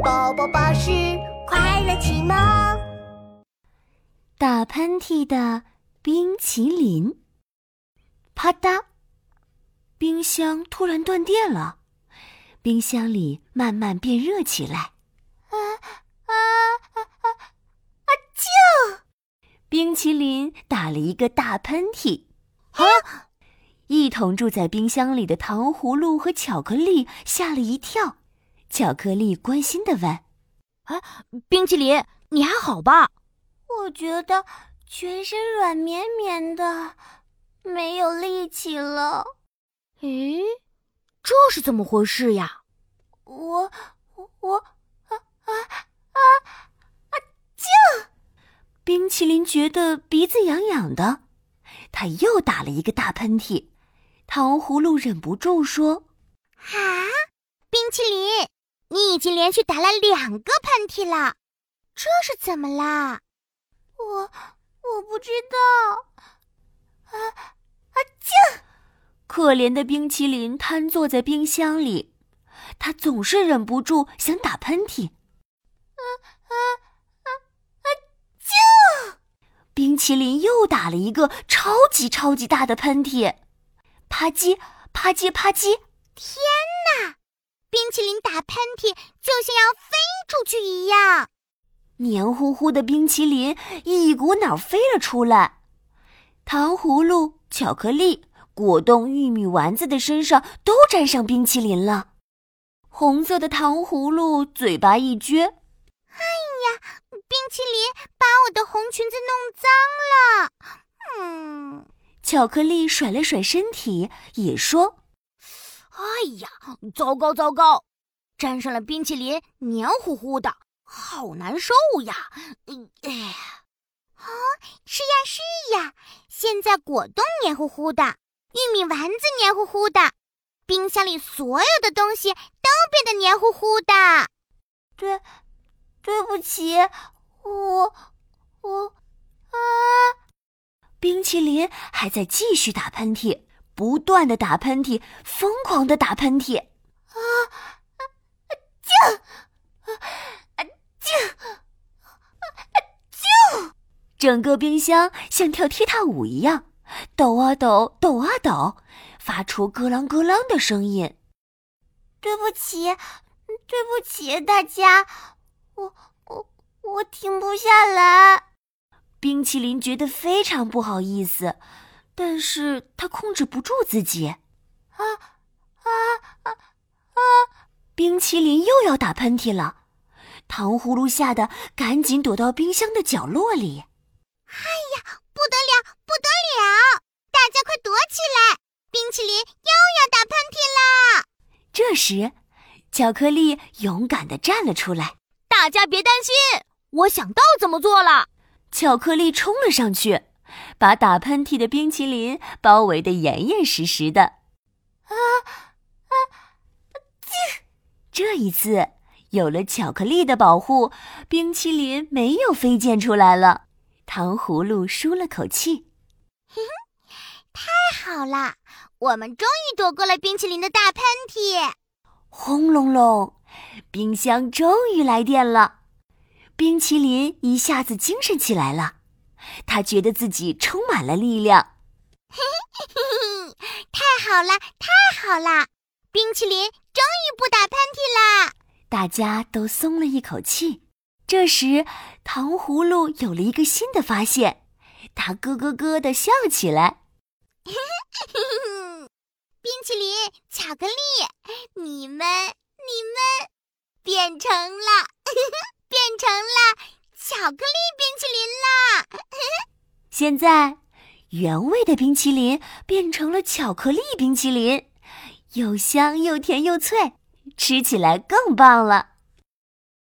宝宝巴士快乐启蒙。 打喷嚏的冰淇淋。啪嗒，冰箱突然断电了，冰箱里慢慢变热起来。 啾！ 冰淇淋打了一个大喷嚏。一同住在冰箱里的糖葫芦和巧克力吓了一跳。巧克力关心地问： 冰淇淋，你还好吧？ 我觉得全身软绵绵的，没有力气了。 诶，这是怎么回事呀？ 啾！ 冰淇淋觉得鼻子痒痒的，他又打了一个大喷嚏。糖葫芦忍不住说： 冰淇淋，你已经连续打了2个喷嚏了，这是怎么啦？我不知道。啾！ 可怜的冰淇淋瘫坐在冰箱里，他总是忍不住想打喷嚏。 啾！ 冰淇淋又打了一个超级大的喷嚏，啪叽啪叽啪叽！ 天哪！冰淇淋打喷嚏就像要飞出去一样， 黏糊糊的冰淇淋一股脑飞了出来，糖葫芦、巧克力、果冻、玉米丸子的身上都沾上冰淇淋了。红色的糖葫芦嘴巴一撅， 冰淇淋把我的红裙子弄脏了。 巧克力甩了甩身体，也说： 哎呀，糟糕糟糕，沾上了冰淇淋，黏糊糊的，好难受呀！ 是呀，现在果冻黏糊糊的，玉米丸子黏糊糊的，冰箱里所有的东西都变得黏糊糊的。对不起， 冰淇淋还在继续打喷嚏，不断地打喷嚏，疯狂地打喷嚏。整个冰箱像跳踢踏舞一样，抖啊抖，抖啊抖，发出咯啷咯啷的声音。 对不起大家，我停不下来。 冰淇淋觉得非常不好意思，但是他控制不住自己。冰淇淋又要打喷嚏了，糖葫芦吓得赶紧躲到冰箱的角落里。 不得了！大家快躲起来！冰淇淋又要打喷嚏啦！ 这时，巧克力勇敢地站了出来。 大家别担心，我想到怎么做了。 巧克力冲了上去，把打喷嚏的冰淇淋包围得严严实实的。这一次，有了巧克力的保护，冰淇淋没有飞溅出来了。糖葫芦舒了口气。 太好了，我们终于躲过了冰淇淋的大喷嚏。 轰隆隆，冰箱终于来电了。冰淇淋一下子精神起来了，他觉得自己充满了力量。 太好了，冰淇淋终于不打喷嚏啦！ 大家都松了一口气。这时，糖葫芦有了一个新的发现，他咯咯咯地笑起来。 冰淇淋、巧克力，你们变成了巧克力冰淇淋啦！ 现在，原味的冰淇淋变成了巧克力冰淇淋，又香又甜又脆，吃起来更棒了。